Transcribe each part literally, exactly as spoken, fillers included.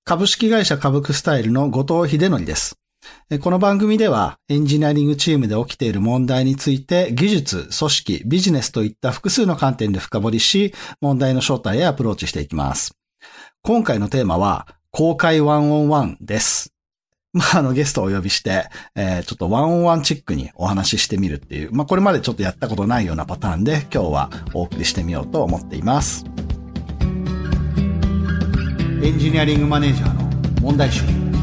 株式会社株クスタイルの後藤秀則です。この番組ではエンジニアリングチームで起きている問題について技術、組織、ビジネスといった複数の観点で深掘りし、問題の正体へアプローチしていきます。今回のテーマは公開ワンオンワンです。まあ、あのゲストをお呼びして、えー、ちょっとワンオンワンチックにお話ししてみるっていう、まあこれまでちょっとやったことないようなパターンで今日はお送りしてみようと思っています。エンジニアリングマネージャーの問題集、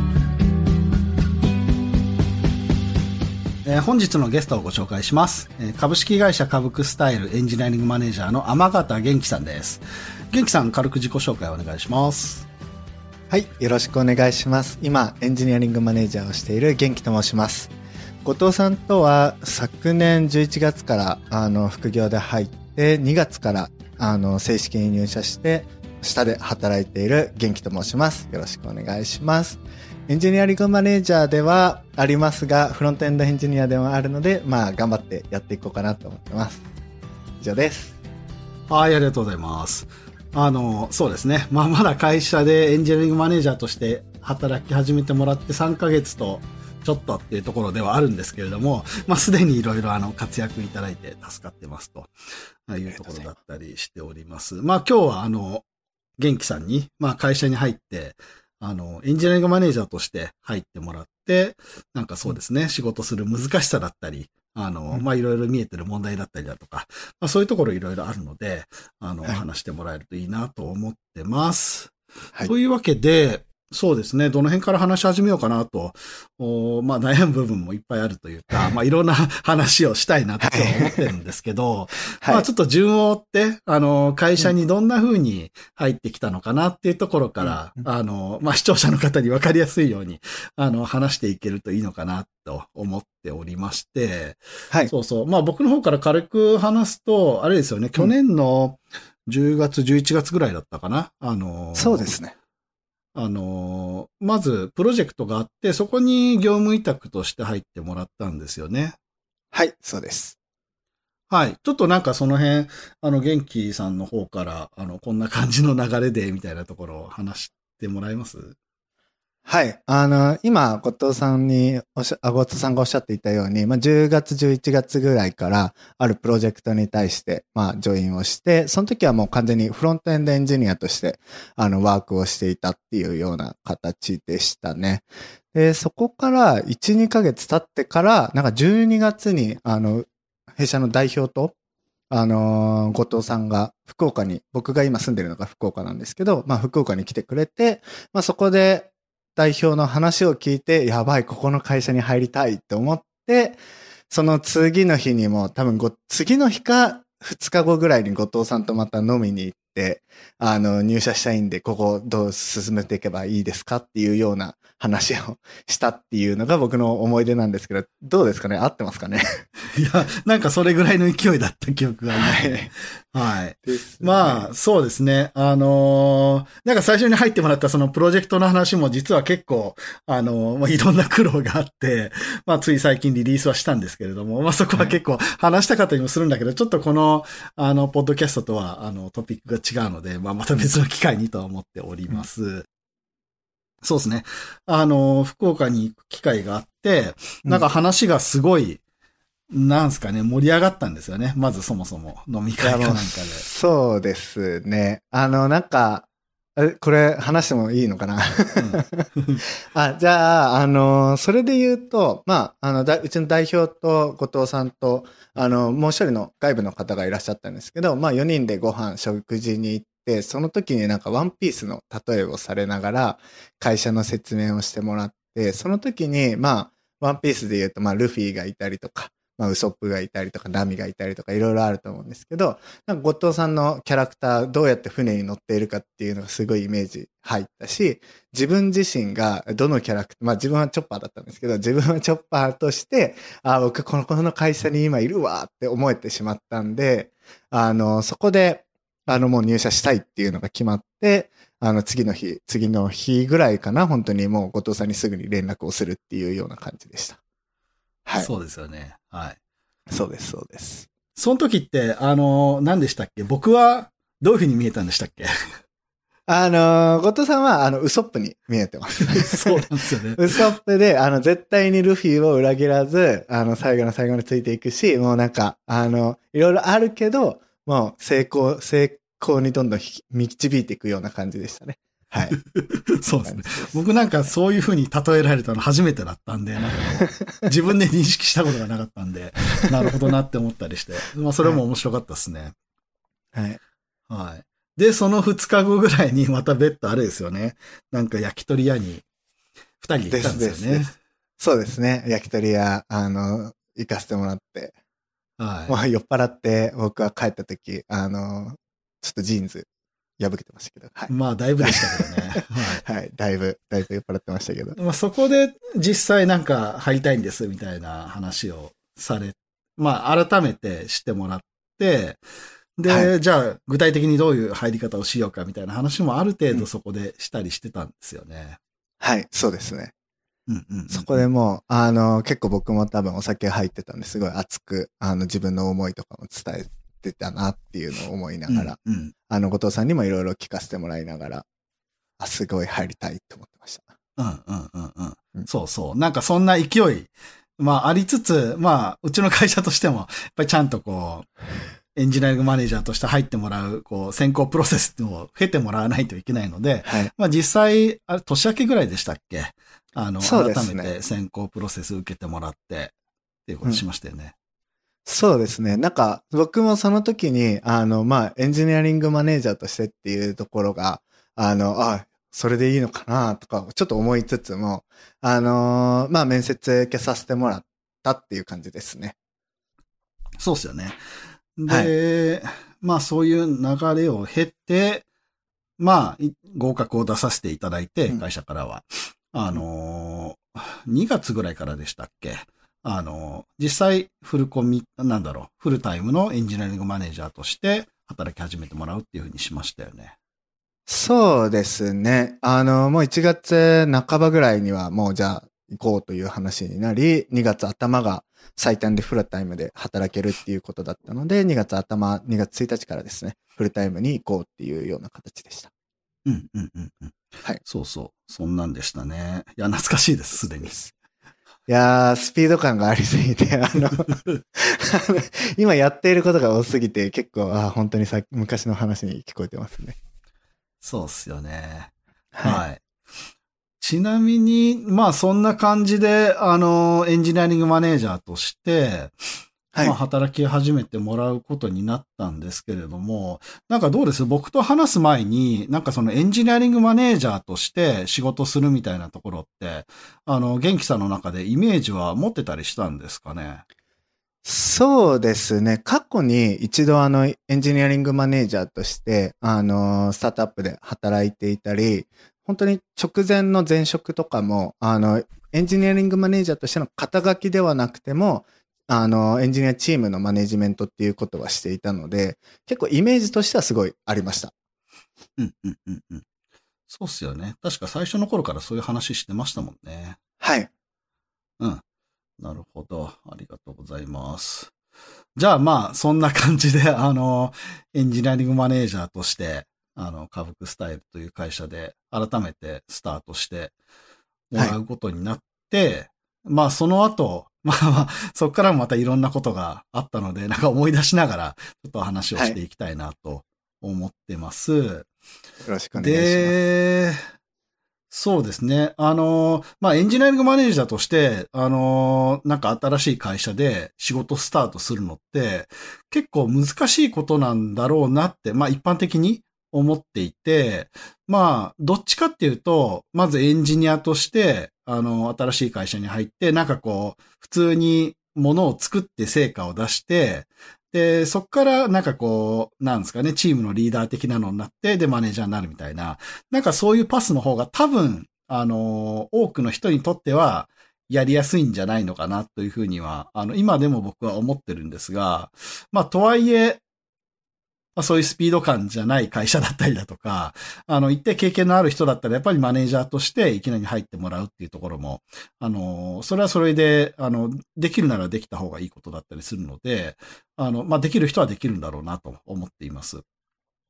えー、本日のゲストをご紹介します、えー、株式会社株クスタイルエンジニアリングマネージャーの天形元気さんです。元気さん、軽く自己紹介をお願いします。 はい、よろしくお願いします。今エンジニアリングマネージャーをしている元気と申します。後藤さんとは昨年じゅういちがつからあの副業で入ってにがつからあの正式に入社して下で働いている元気と申します。よろしくお願いします。エンジニアリングマネージャーではありますが、フロントエンドエンジニアでもあるので、まあ頑張ってやっていこうかなと思ってます。以上です。 はい、ありがとうございます。あの、そうですね。まあまだ会社でエンジニアリングマネージャーとして働き始めてもらってさんかげつとちょっとっていうところではあるんですけれども、まあすでにいろいろあの活躍いただいて助かってますというところだったりしております。まあ今日はあの、元気さんに、まあ会社に入って、あの、エンジニアリングマネージャーとして入ってもらって、なんかそうですね、仕事する難しさだったり、あの、まあいろいろ見えてる問題だったりだとか、まあそういうところいろいろあるので、あの、はい、話してもらえるといいなと思ってます。はい、というわけで、そうですね。どの辺から話し始めようかなと、おまあ悩む部分もいっぱいあるというか、まあいろんな話をしたいなと今日思ってるんですけど、はい、まあちょっと順を追って、あの、会社にどんな風に入ってきたのかなっていうところから、うん、あの、まあ視聴者の方に分かりやすいように、あの、話していけるといいのかなと思っておりまして、はい。そうそう。まあ僕の方から軽く話すと、あれですよね、去年のじゅうがつ、じゅういちがつぐらいだったかな。あの、 そうですね。 あの、まずプロジェクトがあって、そこに業務委託として入ってもらったんですよね。 はい、そうです。 はい。ちょっとなんかその辺、あの、元気さんの方から、あの、こんな感じの流れで、みたいなところを話してもらえます？ はい。あの、今、後藤さんにおっしゃ、あ、後藤さんがおっしゃっていたように、まあ、じゅうがつ、じゅういちがつぐらいから、あるプロジェクトに対して、まあ、ジョインをして、その時はもう完全にフロントエンドエンジニアとして、あの、ワークをしていたっていうような形でしたね。で、そこからいち、にかげつ経ってから、なんかじゅうにがつに、あの、弊社の代表と、あのー、後藤さんが福岡に、僕が今住んでるのが福岡なんですけど、まあ、福岡に来てくれて、まあ、そこで、代表の話を聞いて、やばい、ここの会社に入りたいって思って、その次の日にも多分ご、次の日かふつかごぐらいに後藤さんとまた飲みに行って、あの、入社したいんで、ここどう進めていけばいいですかっていうような話をしたっていうのが僕の思い出なんですけど、どうですかね？合ってますかね？ いや、なんかそれぐらいの勢いだった記憶がありますね。はい。はい。ね、まあ、そうですね。あのー、なんか最初に入ってもらったそのプロジェクトの話も実は結構、あのー、まあ、いろんな苦労があって、まあ、つい最近リリースはしたんですけれども、まあ、そこは結構話したかったりもするんだけど、ちょっとこの、あの、ポッドキャストとは、あの、トピックが違うので、まあ、また別の機会にとは思っております。うん、そうですね。あの、福岡に行く機会があって、なんか話がすごい、なんすかね、盛り上がったんですよね。まずそもそも飲み会かなんかで。 そうですね。あの、なんか、これ話してもいいのかな、うん、あ、じゃあ、あの、それで言うと、まあ、あの、だうちの代表と後藤さんと、あの、もう一人の外部の方がいらっしゃったんですけど、まあ、よにんでご飯、食事に行って、その時になんかワンピースの例えをされながら、会社の説明をしてもらって、その時に、まあ、ワンピースで言うと、まあ、ルフィがいたりとか、まあ、ウソップがいたりとか、ナミがいたりとか、いろいろあると思うんですけど、なんか後藤さんのキャラクター、どうやって船に乗っているかっていうのがすごいイメージ入ったし、自分自身がどのキャラクター、まあ自分はチョッパーだったんですけど、自分はチョッパーとして、あ、僕この、この会社に今いるわって思えてしまったんで、あの、そこで、あの、もう入社したいっていうのが決まって、あの、次の日、次の日ぐらいかな、本当にもう後藤さんにすぐに連絡をするっていうような感じでした。 はい。そうですよね。はい。 そうです、そうです。 その時って、あの、何でしたっけ？僕はどういう風に見えたんでしたっけ？ あのー、後藤さんは、あの、ウソップに見えてます。 そうなんですよね。 ウソップで、あの、絶対にルフィを裏切らず、あの、最後の最後についていくし、もうなんか、あの、いろいろあるけど、もう成功、成功にどんどん導いていくような感じでしたね。はい。 そうですね。僕なんかそういう風に例えられたの初めてだったんで、なんか自分で認識したことがなかったんで、なるほどなって思ったりして、まあそれも面白かったですね。 はい。 はい。で、そのふつかごぐらいにまた別途あれですよね。なんか焼き鳥屋に二人で行ったんですよね。 ですですそうですね。焼き鳥屋、あの、行かせてもらって。はい。まあ酔っ払って僕は帰った時、あの、ちょっとジーンズ破けてましたけど。はい。 まあだいぶでしたけどね。 はい。はい。だいぶ、だいぶ酔っ払ってましたけど。 まあそこで実際なんか入りたいんですみたいな話をされ、まあ改めて知ってもらって、で、はい、じゃあ、具体的にどういう入り方をしようかみたいな話もある程度そこでしたりしてたんですよね。 うん、はい、そうですね。 うんうんうんうん、 そこでもう、あの、結構僕も多分お酒入ってたんですごい熱く、あの、自分の思いとかも伝えてたなっていうのを思いながら、うんうん、あの、後藤さんにもいろいろ聞かせてもらいながら、あ、すごい入りたいと思ってました。 うんうんうんうん。うん、そうそう。なんかそんな勢い、まあありつつ、まあ、うちの会社としても、やっぱりちゃんとこう、エンジニアリングマネージャーとして入ってもらう、こう、選考プロセスを経てもらわないといけないので、はい、まあ実際、あれ、年明けぐらいでしたっけ？あの、ね、改めて選考プロセス受けてもらって、っていうことしましたよね、うん。 そうですね。なんか、僕もその時に、あの、まあ、エンジニアリングマネージャーとしてっていうところが、あの、あ、それでいいのかなとか、ちょっと思いつつも、あのー、まあ、面接受けさせてもらったっていう感じですね。 そうですよね。で、はい、まあそういう流れを経て、まあ合格を出させていただいて、会社からは。うん、あのー、にがつぐらいからでしたっけ？あのー、実際フルコミ、なんだろう、フルタイムのエンジニアリングマネージャーとして働き始めてもらうっていうふうにしましたよね。 そうですね。あの、もういちがつなかばぐらいにはもうじゃあ行こうという話になり、にがつ頭が最短でフルタイムで働けるっていうことだったので、にがつ頭、にがつついたちからですね、フルタイムに行こうっていうような形でした。 うんうんうんうん。はい。そうそう。そんなんでしたね。いや、懐かしいです、すでに。いやー、スピード感がありすぎて、あの、今やっていることが多すぎて、結構、あ本当にさ昔の話に聞こえてますね。 そうっすよね。はい。はい、ちなみに、まあそんな感じで、あの、エンジニアリングマネージャーとして、はい、まあ働き始めてもらうことになったんですけれども、なんかどうです？僕と話す前に、なんかそのエンジニアリングマネージャーとして仕事するみたいなところって、あの、元気さんの中でイメージは持ってたりしたんですかね？ そうですね。過去に一度あのエンジニアリングマネージャーとしてあのスタートアップで働いていたり、本当に直前の前職とかもあのエンジニアリングマネージャーとしての肩書きではなくてもあのエンジニアチームのマネジメントっていうことはしていたので、結構イメージとしてはすごいありました。 うんうんうんうん。そうっすよね。確か最初の頃からそういう話してましたもんね。 はい。 うん。なるほど。ありがとうございます。じゃあまあ、そんな感じで、あの、エンジニアリングマネージャーとして、あの、カブクスタイルという会社で改めてスタートしてもらうことになって、はい、まあその後、まあまあ、そこからもまたいろんなことがあったので、なんか思い出しながら、ちょっと話をしていきたいなと思ってます。はい、よろしくお願いします。 で、そうですね。あの、まあ、エンジニアリングマネージャーとして、あの、なんか新しい会社で仕事スタートするのって、結構難しいことなんだろうなって、まあ、一般的に思っていて、まあ、どっちかっていうと、まずエンジニアとして、あの、新しい会社に入って、なんかこう、普通に物を作って成果を出して、で、そっからなんかこう、なんですかね、チームのリーダー的なのになって、で、マネージャーになるみたいな、なんかそういうパスの方が多分、あの、多くの人にとっては、やりやすいんじゃないのかなというふうには、あの、今でも僕は思ってるんですが、まあ、とはいえ、まあ、そういうスピード感じゃない会社だったりだとか、あの、一定経験のある人だったらやっぱりマネージャーとしていきなり入ってもらうっていうところも、あの、それはそれで、あの、できるならできた方がいいことだったりするので、あの、まあ、できる人はできるんだろうなと思っています。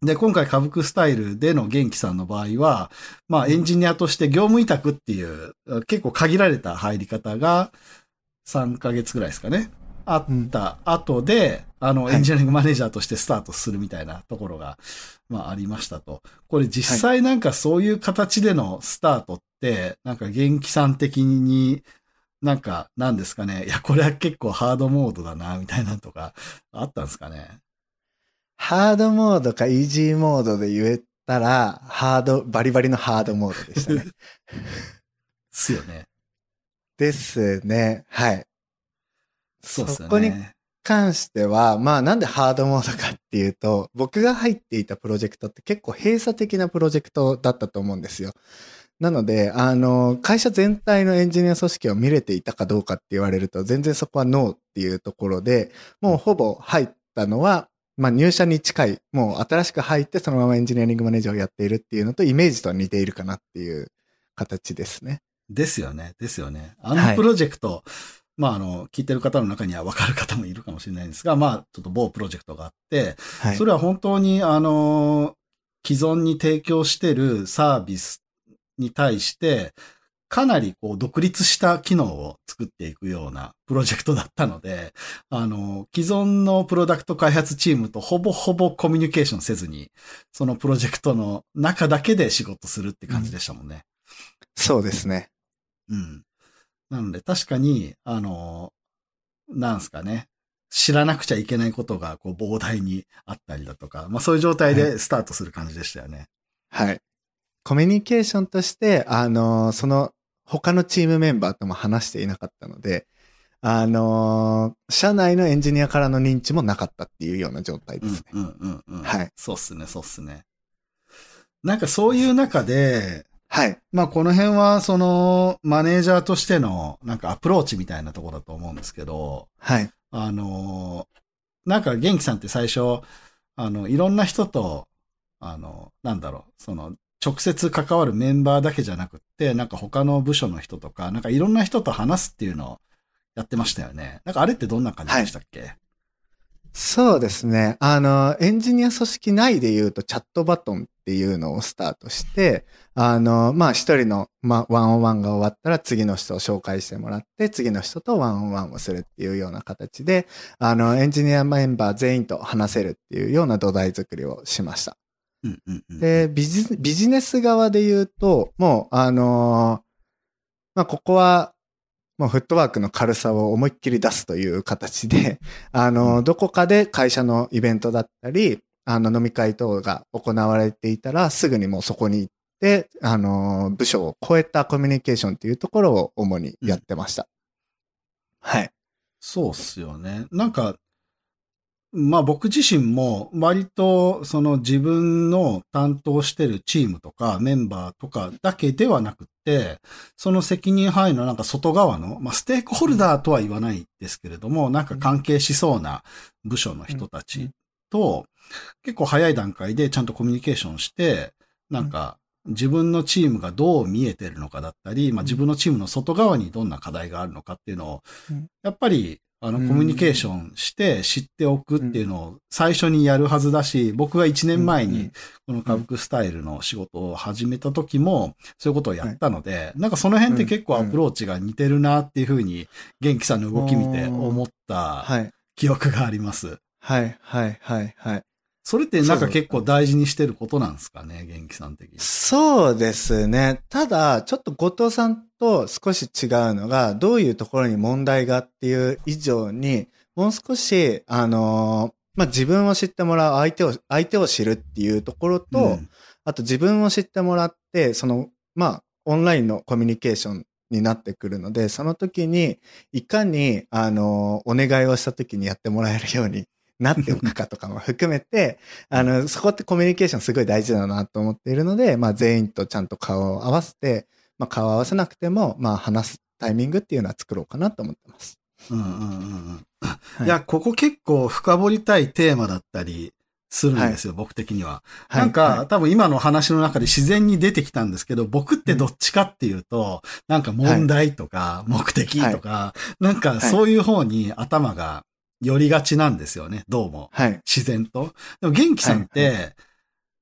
で、今回、歌舞伎スタイルでの元気さんの場合は、まあ、エンジニアとして業務委託っていう、結構限られた入り方が、さんかげつぐらいですかね。あった後で、うん、あの、エンジニアリングマネージャーとしてスタートするみたいなところが、まあ、ありましたと。これ実際なんかそういう形でのスタートって、なんか元気さん的に、なんか、なんですかね。いや、これは結構ハードモードだな、みたいなのとか、あったんですかね。 ハードモードかイージーモードで言えたら、ハード、バリバリのハードモードでしたね。 ですよね。 ですね。はい。 そうですよね。 そこに関しては、まあなんでハードモードかっていうと、僕が入っていたプロジェクトって結構閉鎖的なプロジェクトだったと思うんですよ。なので、あの、会社全体のエンジニア組織を見れていたかどうかって言われると、全然そこはノーっていうところで、もうほぼ入ったのは、まあ入社に近い、もう新しく入ってそのままエンジニアリングマネージャーをやっているっていうのとイメージとは似ているかなっていう形ですね。 ですよね。ですよね。あのプロジェクト、はい、まああの、聞いてる方の中には分かる方もいるかもしれないんですが、まあちょっと某プロジェクトがあって、はい、それは本当にあの、既存に提供してるサービスに対して、かなりこう独立した機能を作っていくようなプロジェクトだったので、あの、既存のプロダクト開発チームとほぼほぼコミュニケーションせずに、そのプロジェクトの中だけで仕事するって感じでしたもんね。 うん、そうですね。 うん。なので確かに、あの、なんすかね、知らなくちゃいけないことがこう膨大にあったりだとか、まあそういう状態でスタートする感じでしたよね。 はい。はい、コミュニケーションとして、あの、その他のチームメンバーとも話していなかったので、あのー、社内のエンジニアからの認知もなかったっていうような状態ですね。 うんうんうんうん。 はい。 そうっすね、そうっすね。なんかそういう中で、 はい。 まあこの辺はそのマネージャーとしてのなんかアプローチみたいなところだと思うんですけど、 はい。 あのー、なんか元気さんって最初、あの、いろんな人と、あの、なんだろう、その、直接関わるメンバーだけじゃなくって、なんか他の部署の人とか、なんかいろんな人と話すっていうのをやってましたよね。なんかあれってどんな感じでしたっけ？はい、 そうですね。あの、エンジニア組織内で言うとチャットバトンっていうのをスタートして、あの、まあ、一人の、まあ、ワンオンワンが終わったら次の人を紹介してもらって、次の人とワンオンワンをするっていうような形で、あの、エンジニアメンバー全員と話せるっていうような土台作りをしました。 うんうんうん、 で、ビジ、ビジネス側で言うと、もう、あのー、まあ、ここは、もうフットワークの軽さを思いっきり出すという形で、あのー、うん、どこかで会社のイベントだったり、あの、飲み会等が行われていたら、すぐにもうそこに行って、あのー、部署を超えたコミュニケーションっていうところを主にやってました。うん、はい。 そうっすよね。なんか、まあ僕自身も割とその自分の担当してるチームとかメンバーとかだけではなくて、その責任範囲のなんか外側の、まあステークホルダーとは言わないですけれども、なんか関係しそうな部署の人たちと結構早い段階でちゃんとコミュニケーションして、なんか自分のチームがどう見えてるのかだったり、まあ自分のチームの外側にどんな課題があるのかっていうのを、やっぱりあの、コミュニケーションして知っておくっていうのを最初にやるはずだし、僕がいちねんまえにこの歌舞伎スタイルの仕事を始めた時もそういうことをやったので、なんかその辺って結構アプローチが似てるなっていうふうに元気さんの動き見て思った記憶があります。 はい、はい、はい、はい。 それってなんか結構大事にしてることなんですかね、元気さん的に。 そうですね。ただ、ちょっと後藤さんと少し違うのが、どういうところに問題がっていう以上に、もう少し、あの、まあ、自分を知ってもらう、相手を、相手を知るっていうところと、うん、あと自分を知ってもらって、その、まあ、オンラインのコミュニケーションになってくるので、その時に、いかに、あの、お願いをした時にやってもらえるように、なっておくかとかも含めて、あの、そこってコミュニケーションすごい大事だなと思っているので、まあ全員とちゃんと顔を合わせて、まあ顔を合わせなくても、まあ話すタイミングっていうのは作ろうかなと思ってます。 うんうんうんうん。はい、いや、ここ結構深掘りたいテーマだったりするんですよ、はい、僕的には。はい、なんか、はい、多分今の話の中で自然に出てきたんですけど、僕ってどっちかっていうと、うん、なんか問題とか目的とか、はい、なんかそういう方に頭が寄りがちなんですよね、どうも。はい。自然と。でも元気さんって、はいはい、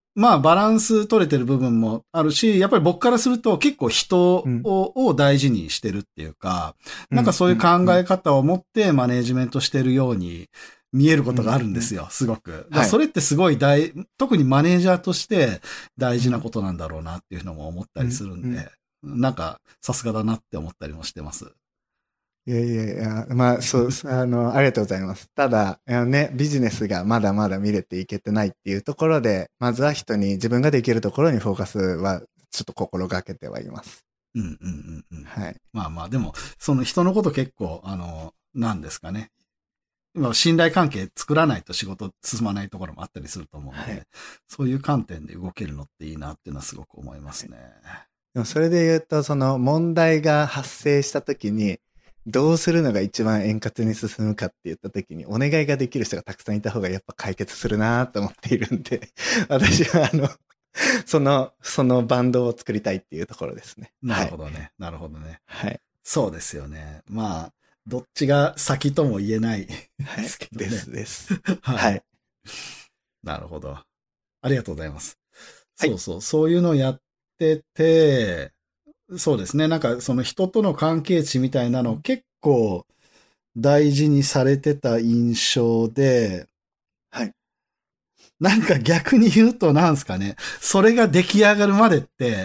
まあバランス取れてる部分もあるし、やっぱり僕からすると結構人を,、うん、を大事にしてるっていうか、なんかそういう考え方を持ってマネージメントしてるように見えることがあるんですよ、すごく。だそれってすごい大、特にマネージャーとして大事なことなんだろうなっていうのも思ったりするんで、なんかさすがだなって思ったりもしてます。 いやいやいや、まあ、そう、あの、ありがとうございます。ただ、あのね、ビジネスがまだまだ見れていけてないっていうところで、まずは人に、自分ができるところにフォーカスは、ちょっと心がけてはいます。 うんうんうんうん。 はい。 まあまあ、でも、その人のこと結構、あの、なんですかね。今、信頼関係作らないと仕事進まないところもあったりすると思うので、はい、そういう観点で動けるのっていいなっていうのはすごく思いますね。はい、 でもそれで言うと、その問題が発生したときに、どうするのが一番円滑に進むかって言ったときに、お願いができる人がたくさんいた方がやっぱ解決するなと思っているんで、私はあの、その、そのバンドを作りたいっていうところですね。 なるほどね。はい、なるほどね。 はい。 そうですよね。まあ、どっちが先とも言えないですけどね。 ですです。 はい。はい。なるほど。ありがとうございます。はい、そうそう。そういうのをやってて、そうですね。なんかその人との関係値みたいなのを結構大事にされてた印象で、 はい。 なんか逆に言うとなんすかね。それが出来上がるまでって、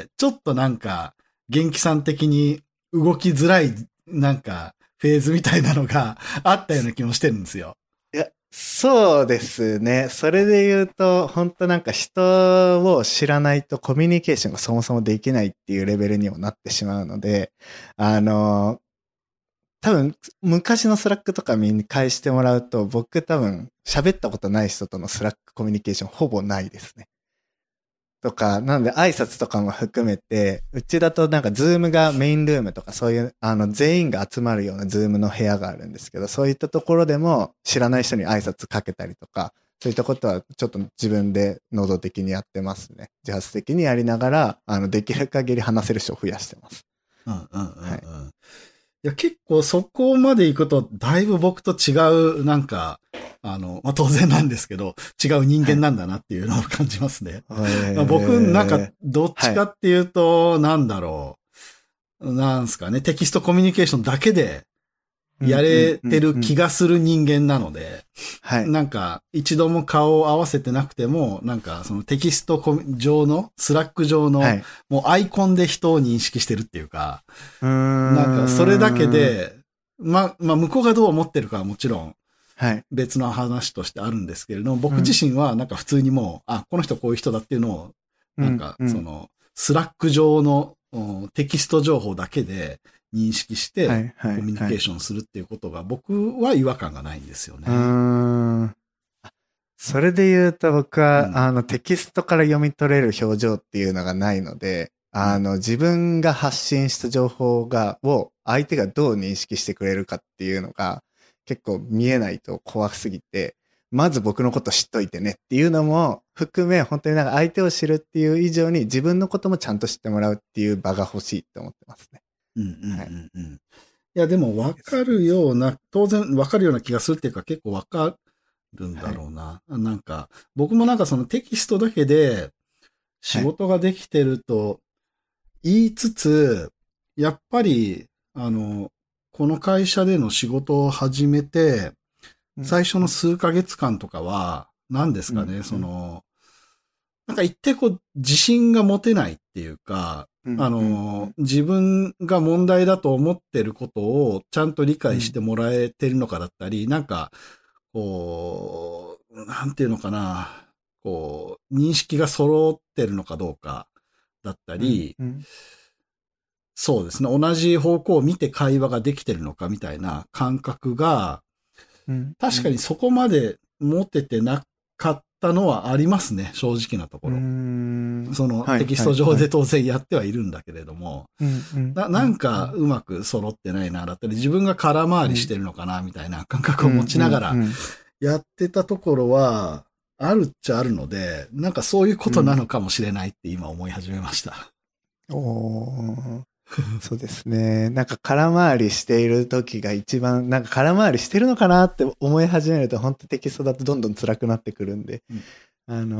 ちょっとなんか元気さん的に動きづらい、なんかフェーズみたいなのがあったような気もしてるんですよ。 いや、そうですね。それで言うと、本当なんか人を知らないとコミュニケーションがそもそもできないっていうレベルにもなってしまうので、あの、多分、昔のスラックとか見返してもらうと、僕多分、喋ったことない人とのスラックコミュニケーションほぼないですね。とか、なので挨拶とかも含めて、うちだとなんかズームがメインルームとかそういう、あの全員が集まるようなズームの部屋があるんですけど、そういったところでも知らない人に挨拶かけたりとか、そういったことはちょっと自分で能動的にやってますね。自発的にやりながら、あの、できる限り話せる人を増やしてます。 うんうんうんうん。はい、いや結構そこまで行くと、だいぶ僕と違う、なんか、あの、まあ、当然なんですけど、違う人間なんだなっていうのを感じますね。はいまあ、僕、なんか、どっちかっていうと、はい、なんだろう。なんすかね、テキストコミュニケーションだけでやれてる気がする人間なので、はい、なんか、一度も顔を合わせてなくても、なんか、そのテキスト上の、スラック上の、はい、もうアイコンで人を認識してるっていうか、うーんなんか、それだけで、ま、まあ、向こうがどう思ってるかはもちろん、別の話としてあるんですけれども、僕自身はなんか普通にもう、あ、この人こういう人だっていうのを、なんか、その、スラック上のテキスト情報だけで認識して、コミュニケーションするっていうことが僕は違和感がないんですよね。 うーんそれで言うと僕は、うん、あの、テキストから読み取れる表情っていうのがないので、あの、自分が発信した情報が、を相手がどう認識してくれるかっていうのが結構見えないと怖すぎて、まず僕のこと知っといてねっていうのも含め、本当になんか相手を知るっていう以上に自分のこともちゃんと知ってもらうっていう場が欲しいって思ってますね。 うんうんうんうん。はい、いや、でも分かるような、当然分かるような気がするっていうか結構分かるんだろうな。はい、なんか、僕もなんかそのテキストだけで仕事ができてると言いつつ、やっぱり、あの、この会社での仕事を始めて、最初の数ヶ月間とかは、何ですかね、うん、その、なんか一定こう、自信が持てないっていうか、うん、あの、自分が問題だと思ってることをちゃんと理解してもらえてるのかだったり、うん、なんか、こう、なんていうのかな、こう、認識が揃ってるのかどうかだったり、うんうん、そうですね、同じ方向を見て会話ができてるのかみたいな感覚が、確かにそこまで持ててなかったのはありますね、正直なところ。そのテキスト上で当然やってはいるんだけれども、な, なんかうまく揃ってないな、だったり自分が空回りしてるのかな、みたいな感覚を持ちながらやってたところはあるっちゃあるので、なんかそういうことなのかもしれないって今思い始めました。 うん、おーそうですね。なんか空回りしている時が一番、なんか空回りしてるのかなって思い始めると、本当テキストだとどんどん辛くなってくるんで、うん、あの、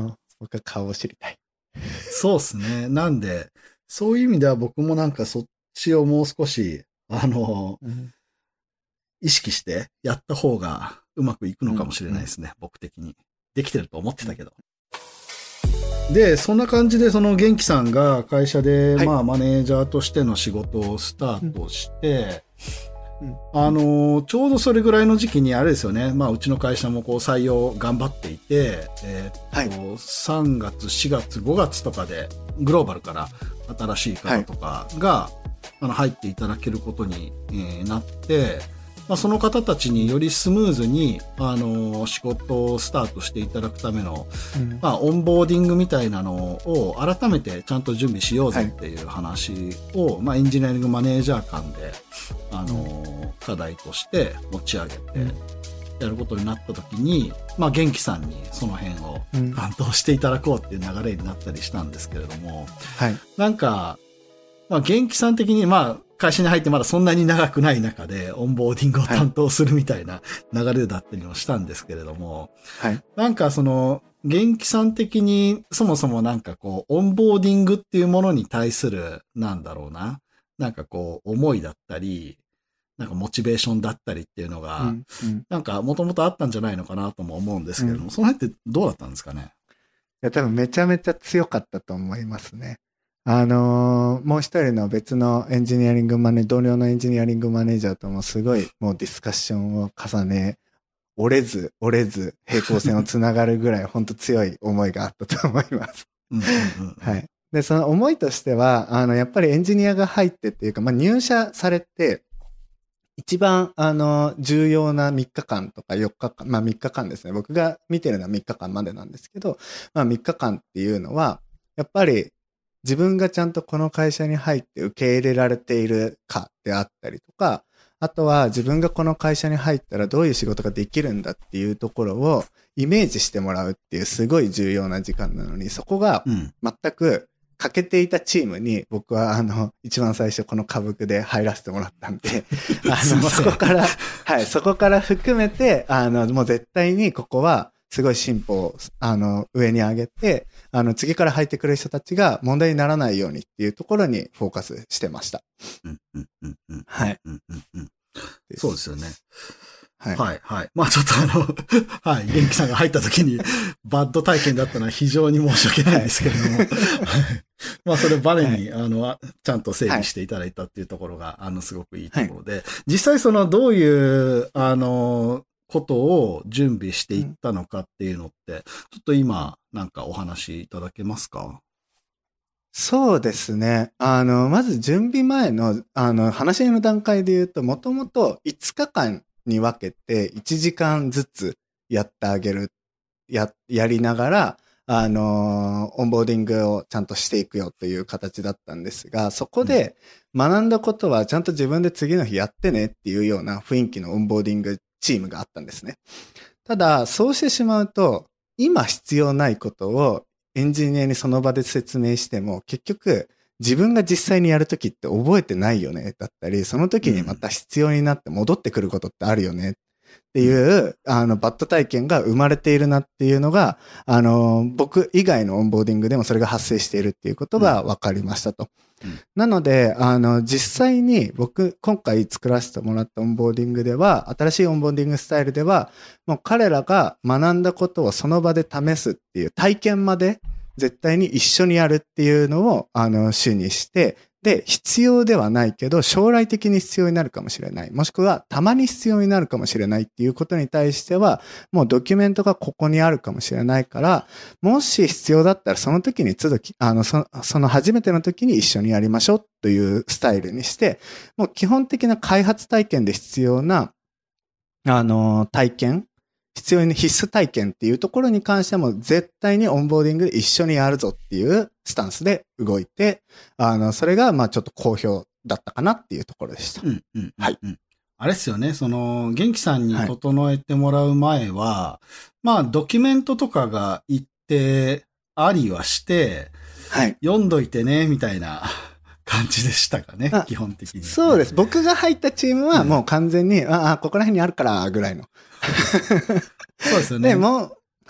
僕は顔を知りたい。 そうですね。なんで、そういう意味では僕もなんかそっちをもう少し、あの、うん、意識してやった方がうまくいくのかもしれないですね、うんうん、僕的に。できてると思ってたけど。で、そんな感じで、その元気さんが会社で、はい、まあ、マネージャーとしての仕事をスタートして、うんうん、あの、ちょうどそれぐらいの時期にあれですよね、まあ、うちの会社もこう採用頑張っていて、えーっと、はい、さんがつ、しがつ、ごがつとかで、グローバルから新しい方とかが、はい、あの入っていただけることに、えー、なって、まあ、その方たちによりスムーズに、あの、仕事をスタートしていただくための、うん、まあ、オンボーディングみたいなのを改めてちゃんと準備しようぜっていう話を、はい、まあ、エンジニアリングマネージャー間で、あの、課題として持ち上げて、やることになった時に、まあ、元気さんにその辺を担当していただこうっていう流れになったりしたんですけれども、はい、なんか、まあ、元気さん的に、まあ、会社に入ってまだそんなに長くない中でオンボーディングを担当するみたいな流れだったりもしたんですけれども、はい、なんかその元気さん的にそもそもなんかこうオンボーディングっていうものに対するなんだろうな、なんかこう思いだったり、なんかモチベーションだったりっていうのが、うんうん、なんかもともとあったんじゃないのかなとも思うんですけれども、うん、その辺ってどうだったんですかね？ いや多分めちゃめちゃ強かったと思いますね。あのー、もう一人の別のエンジニアリングマネ、同僚のエンジニアリングマネージャーともすごいもうディスカッションを重ね、折れず折れず平行線をつながるぐらい本当強い思いがあったと思います。はい。で、その思いとしては、あの、やっぱりエンジニアが入ってっていうか、まあ、入社されて、一番、あの、重要なみっかかんとかよっかかん、まあみっかかんですね。僕が見てるのはみっかかんまでなんですけど、まあみっかかんっていうのは、やっぱり、自分がちゃんとこの会社に入って受け入れられているかであったりとか、あとは自分がこの会社に入ったらどういう仕事ができるんだっていうところをイメージしてもらうっていうすごい重要な時間なのに、そこが全く欠けていたチームに僕はあの一番最初この歌舞伎で入らせてもらったんで、あのそこからはいそこから含めてあのもう絶対にここはすごい進歩を、あの、上に上げて、あの、次から入ってくる人たちが問題にならないようにっていうところにフォーカスしてました。 うんうんうんうん。 はい。 うんうんうん。そうですよね。はい。はい、はい。まあちょっとあの、はい、元気さんが入った時にバッド体験だったのは非常に申し訳ないですけれども、はい、まあそれをバネに、はい、あの、ちゃんと整理していただいたっていうところが、あの、すごくいいところで、はい、実際そのどういう、あの、ことを準備していったのかっていうのって、うん、ちょっと今、なんかお話しいただけますか？ そうですね。あの、まず準備前の、あの、話し合いの段階で言うと、もともといつかかんに分けていちじかんずつやってあげる、や、やりながら、あの、オンボーディングをちゃんとしていくよという形だったんですが、そこで学んだことはちゃんと自分で次の日やってねっていうような雰囲気のオンボーディングチームがあったんですね。ただ、そうしてしまうと、今必要ないことをエンジニアにその場で説明しても、結局、自分が実際にやるときって覚えてないよね、だったり、その時にまた必要になって戻ってくることってあるよね、っていう、あの、バッド体験が生まれているなっていうのが、あの、僕以外のオンボーディングでもそれが発生しているっていうことが分かりましたと。うん、なので、あの、実際に僕、今回作らせてもらったオンボーディングでは、新しいオンボーディングスタイルでは、もう彼らが学んだことをその場で試すっていう体験まで絶対に一緒にやるっていうのを、あの、主にして、で、必要ではないけど、将来的に必要になるかもしれない。もしくは、たまに必要になるかもしれないっていうことに対しては、もうドキュメントがここにあるかもしれないから、もし必要だったらその時に都度、あの、そ, その初めての時に一緒にやりましょうというスタイルにして、もう基本的な開発体験で必要な、あの、体験必要に必須体験っていうところに関しても絶対にオンボーディングで一緒にやるぞっていうスタンスで動いて、あの、それがまあちょっと好評だったかなっていうところでした。 うんうんうん、はい。あれですよね、その、元気さんに整えてもらう前は、はい、まあドキュメントとかが一定ありはして、はい。読んどいてね、みたいな感じでしたかね、基本的に。 そうです。僕が入ったチームはもう完全に、うん、ああ、ここら辺にあるから、ぐらいの。 そうですよね。 でも、はい。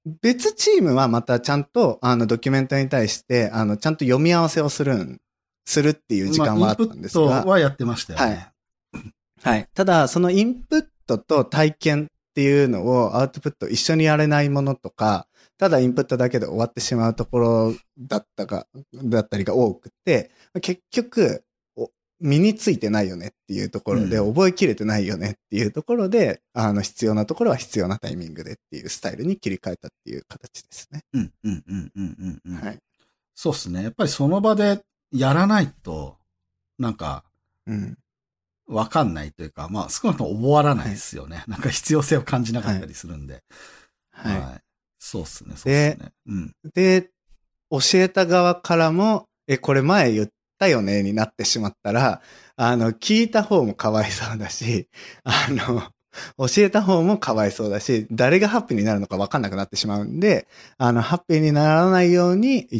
別チームはまたちゃんと、あの、ドキュメントに対して、あの、ちゃんと読み合わせをするん、するっていう時間はあったんですが。 まあ、インプットはやってましたよね。 はい。はい。ただ、そのインプットと体験っていうのをアウトプット一緒にやれないものとか、ただインプットだけで終わってしまうところだったか、だったりが多くて、結局、身についてないよねっていうところで、うん、覚えきれてないよねっていうところで、あの、必要なところは必要なタイミングでっていうスタイルに切り替えたっていう形ですね。 うん、うん、うん、うん、うん。 はい。 そうですね。やっぱりその場でやらないと、なんか、うん。わかんないというか、まあ、少なくとも覚わらないですよね。はい、なんか必要性を感じなかったりするんで。はい。はい、そうっすね、そうっすね。うん。 で、教えた側からも、え、これ前言ったよねになってしまったら、あの、聞いた方もかわいそうだし、あの、教えた方もかわいそうだし、誰がハッピーになるのか分かんなくなってしまうんで、あの、ハッピーにならないように言って、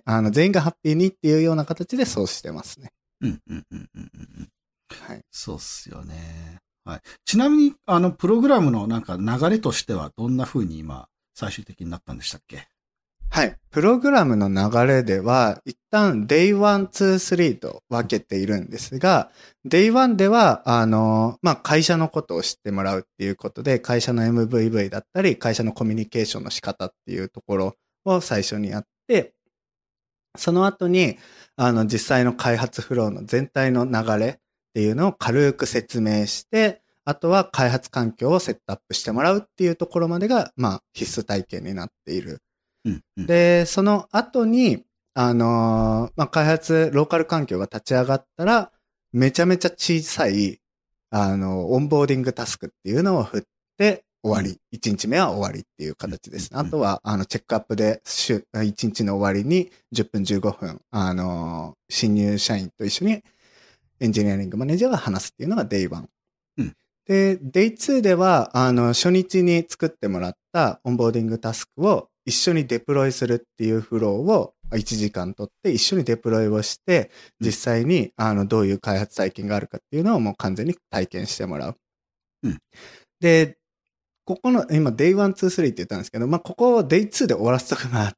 あの、全員がハッピーにっていうような形でそうしてますね。 うん、うん、うん、うん、うん。 はい。 そうっすよね。はい。ちなみに、あの、プログラムのなんか流れとしてはどんな風に今、最終的になったんでしたっけ？ はい。プログラムの流れでは、一旦 デイワン、ツー、スリー と分けているんですが、デイワン では、あの、まあ、会社のことを知ってもらうっていうことで、会社の エムブイブイ だったり、会社のコミュニケーションの仕方っていうところを最初にやって、その後に、あの、実際の開発フローの全体の流れっていうのを軽く説明して、あとは開発環境をセットアップしてもらうっていうところまでが、まあ、必須体験になっている。 うんうん、 で、その後に、あのー、まあ、開発、ローカル環境が立ち上がったら、めちゃめちゃ小さい、あの、オンボーディングタスクっていうのを振って終わり。うん、いちにちめは終わりっていう形ですね。うんうん、あとは、あの、チェックアップで、週、いちにちの終わりにじゅっぷんじゅうごふん、あのー、新入社員と一緒にエンジニアリングマネージャーが話すっていうのが デイワン。 うん、 で、デイツー では、あの、初日に作ってもらったオンボーディングタスクを一緒にデプロイするっていうフローをいちじかん取って一緒にデプロイをして、実際に、あの、どういう開発体験があるかっていうのをもう完全に体験してもらう。 うん、 で、ここの、今 デイワン、ツー、スリー って言ったんですけど、まあ、ここを デイツー で終わらすとこがあって、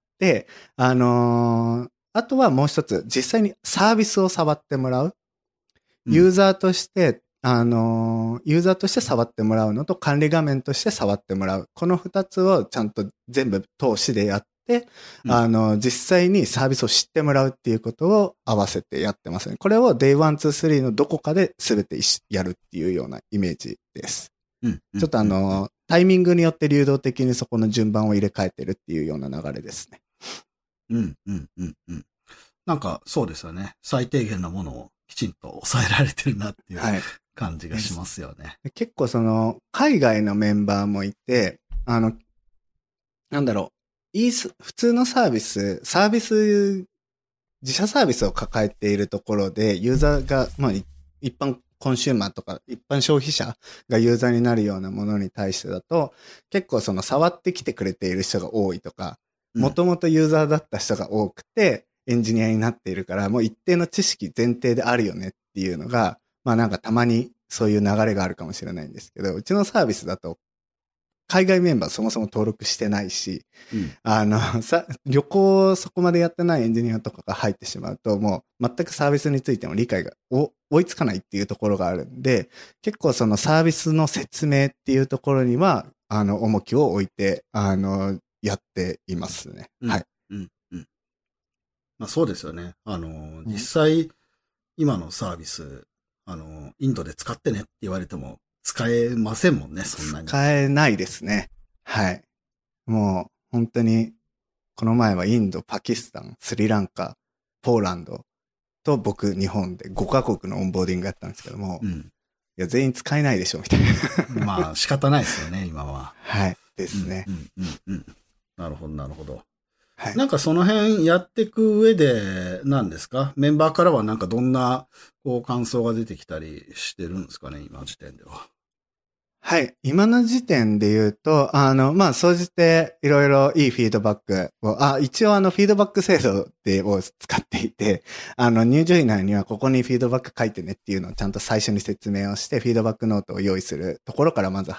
あのー、あとはもう一つ、実際にサービスを触ってもらう。ユーザーとして、あの、ユーザーとして触ってもらうのと管理画面として触ってもらう。この二つをちゃんと全部通しでやって、うん、あの、実際にサービスを知ってもらうっていうことを合わせてやってますね。これを デイワン、ツー、スリー のどこかで全てやるっていうようなイメージです。 うんうん、 ちょっとあの、タイミングによって流動的にそこの順番を入れ替えてるっていうような流れですね。 うん、うん、うん、うん。なんかそうですよね。最低限なものをきちんと抑えられてるなっていう、はい、感じがしますよね。 結構その、海外のメンバーもいて、あの、なんだろう、いい普通のサービス、サービス、自社サービスを抱えているところで、ユーザーが、まあ、一般コンシューマーとか、一般消費者がユーザーになるようなものに対してだと、結構その触ってきてくれている人が多いとか、もともとユーザーだった人が多くて、エンジニアになっているから、もう一定の知識前提であるよねっていうのが、まあなんかたまにそういう流れがあるかもしれないんですけど、うちのサービスだと、海外メンバーそもそも登録してないし、うん、あの、さ、旅行そこまでやってないエンジニアとかが入ってしまうと、もう全くサービスについても理解が追いつかないっていうところがあるんで、結構そのサービスの説明っていうところには、あの、重きを置いて、あの、やっていますね。 うん、 はい。 うんうんまあ、そうですよね。あの、実際、今のサービス、あの、インドで使ってねって言われても使えませんもんね、そんなに。 使えないですね。はい。もう、本当に、この前はインド、パキスタン、スリランカ、ポーランドと僕、日本でごカ国のオンボーディングやったんですけども、うん、いや、全員使えないでしょ、みたいな。まあ、仕方ないですよね、今は。 はい。ですね。 うん、うん、うん、うん。なるほど、なるほど。はい、なんかその辺やっていく上で何ですか？メンバーからはなんかどんなこう感想が出てきたりしてるんですかね、今の時点では。 はい。今の時点で言うと、あの、まあ、総じていろいろいいフィードバックを、あ、一応あのフィードバック制度でを使っていて、あの入場員内にはここにフィードバック書いてねっていうのをちゃんと最初に説明をして、フィードバックノートを用意するところからまず入 、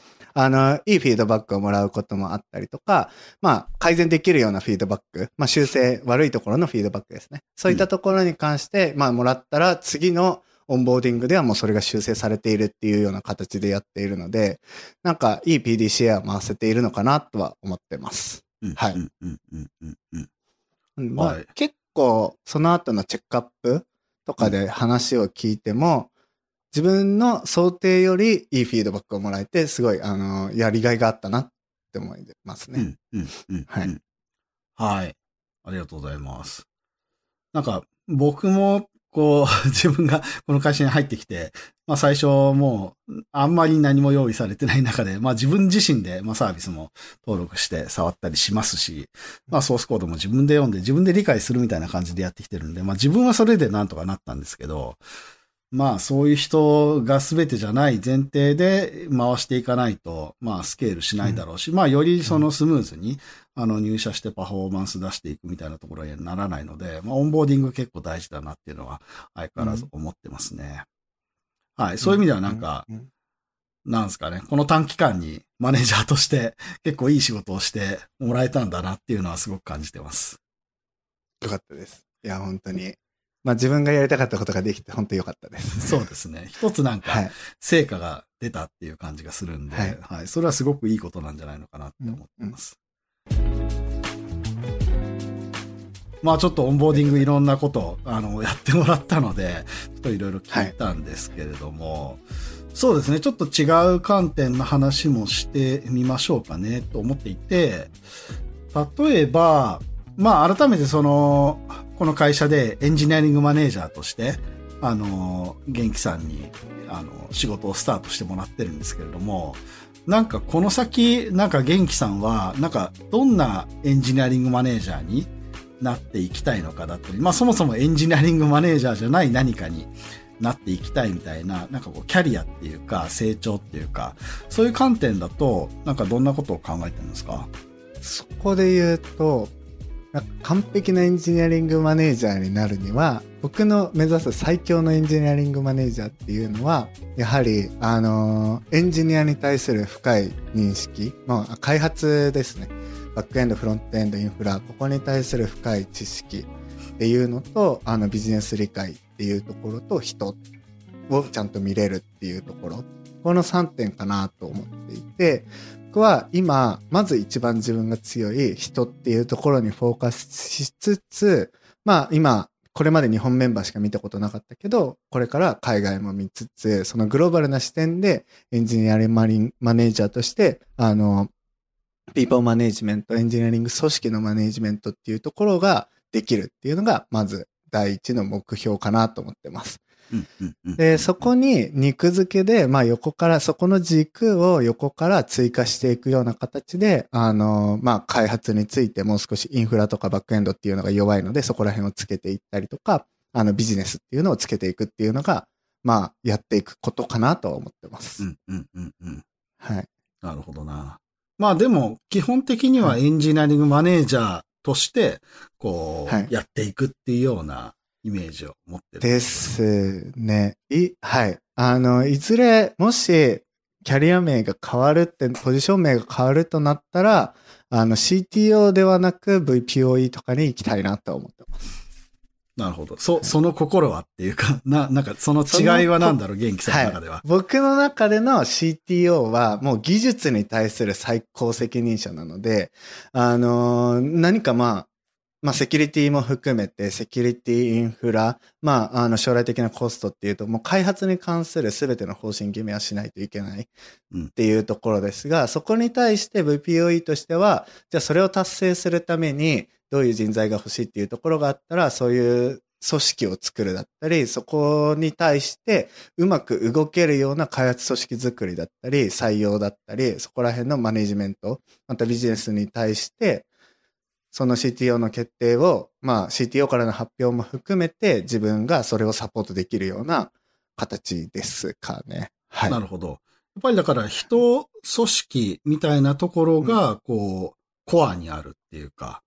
あの、いいフィードバックをもらうこともあったりとか、まあ、改善できるようなフィードバック、まあ、修正、悪いところのフィードバックですね。そういったところに関して、うん、まあ、もらったら、次のオンボーディングではもうそれが修正されているっていうような形でやっているので、なんか、いい ピーディーシーエー を回せているのかなとは思ってます。 うん、 はい。 うん、うん、うん、うんうん。 まあ、はい、結構、その後のチェックアップとかで話を聞いても、うん、自分の想定よりいいフィードバックをもらえて、すごい、あの、やりがいがあったなって思いますね。 うん、うん、うん。 はい。 はい。ありがとうございます。なんか、僕も、こう、自分がこの会社に入ってきて、まあ最初もう、あんまり何も用意されてない中で、まあ自分自身で、まあサービスも登録して触ったりしますし、まあソースコードも自分で読んで自分で理解するみたいな感じでやってきてるんで、まあ自分はそれでなんとかなったんですけど、まあそういう人が全てじゃない前提で回していかないと、まあスケールしないだろうし、うん、まあよりそのスムーズに、あの入社してパフォーマンス出していくみたいなところにはならないので、まあオンボーディング結構大事だなっていうのは相変わらず思ってますね。うん、はい。そういう意味ではなんか、うん、なんですかね、この短期間にマネージャーとして結構いい仕事をしてもらえたんだなっていうのはすごく感じてます。 よかったです。いや、本当に。まあ自分がやりたかったことができて本当に良かったです。 そうですね。一つなんか、成果が出たっていう感じがするんで、はい、はい。それはすごくいいことなんじゃないのかなって思ってます。うんうん、まあちょっとオンボーディングいろんなことをあのやってもらったので、ちょっといろいろ聞いたんですけれども、はい、そうですね。ちょっと違う観点の話もしてみましょうかねと思っていて、例えば、まあ改めてその、この会社でエンジニアリングマネージャーとして、あの、元気さんに、あの、仕事をスタートしてもらってるんですけれども、なんかこの先、なんか元気さんは、なんかどんなエンジニアリングマネージャーになっていきたいのかだったり、まあそもそもエンジニアリングマネージャーじゃない何かになっていきたいみたいな、なんかこうキャリアっていうか成長っていうか、そういう観点だと、なんかどんなことを考えてるんですか？ そこで言うと、完璧なエンジニアリングマネージャーになるには、僕の目指す最強のエンジニアリングマネージャーっていうのは、やはり、あの、エンジニアに対する深い認識、まあ、開発ですね。バックエンド、フロントエンド、インフラ、ここに対する深い知識っていうのと、あの、ビジネス理解っていうところと、人をちゃんと見れるっていうところ、このさんてんかなと思っていて、僕は今、まず一番自分が強い人っていうところにフォーカスしつつ、まあ今、これまで日本メンバーしか見たことなかったけど、これから海外も見つつ、そのグローバルな視点でエンジニアリングマネージャーとして、あの、ピーポーマネージメント、エンジニアリング組織のマネージメントっていうところができるっていうのが、まず第一の目標かなと思ってます。で、そこに肉付けで、まあ横から、そこの軸を横から追加していくような形で、あの、まあ開発についてもう少しインフラとかバックエンドっていうのが弱いので、そこら辺をつけていったりとか、あのビジネスっていうのをつけていくっていうのが、まあやっていくことかなと思ってます。 うんうんうんうん。 はい。 なるほどな。まあでも、基本的にはエンジニアリングマネージャーとして、こう、はい、やっていくっていうような、イメージを持ってるですね。い、はい。あの、いずれ、もし、キャリア名が変わるって、ポジション名が変わるとなったら、あの、シーティーオー ではなく ブイピーオーイー とかに行きたいなと思ってます。 なるほど。そ、その心はっていうか、な、なんかその違いは何だろう、元気さんの中では、はい。 僕の中での シーティーオー はもう技術に対する最高責任者なので、あのー、何かまあ、まあ、セキュリティも含めて、セキュリティインフラ、まあ、あの、将来的なコストっていうと、もう開発に関する全ての方針決めはしないといけないっていうところですが、うん、そこに対して ブイピーオーイー としては、じゃあそれを達成するために、どういう人材が欲しいっていうところがあったら、そういう組織を作るだったり、そこに対してうまく動けるような開発組織作りだったり、採用だったり、そこら辺のマネジメント、またビジネスに対して、その シーティーオー の決定を、まあ シーティーオー からの発表も含めて自分がそれをサポートできるような形ですかね。はい。 なるほど。やっぱりだから人、組織みたいなところが、こう、コアにあるっていうか、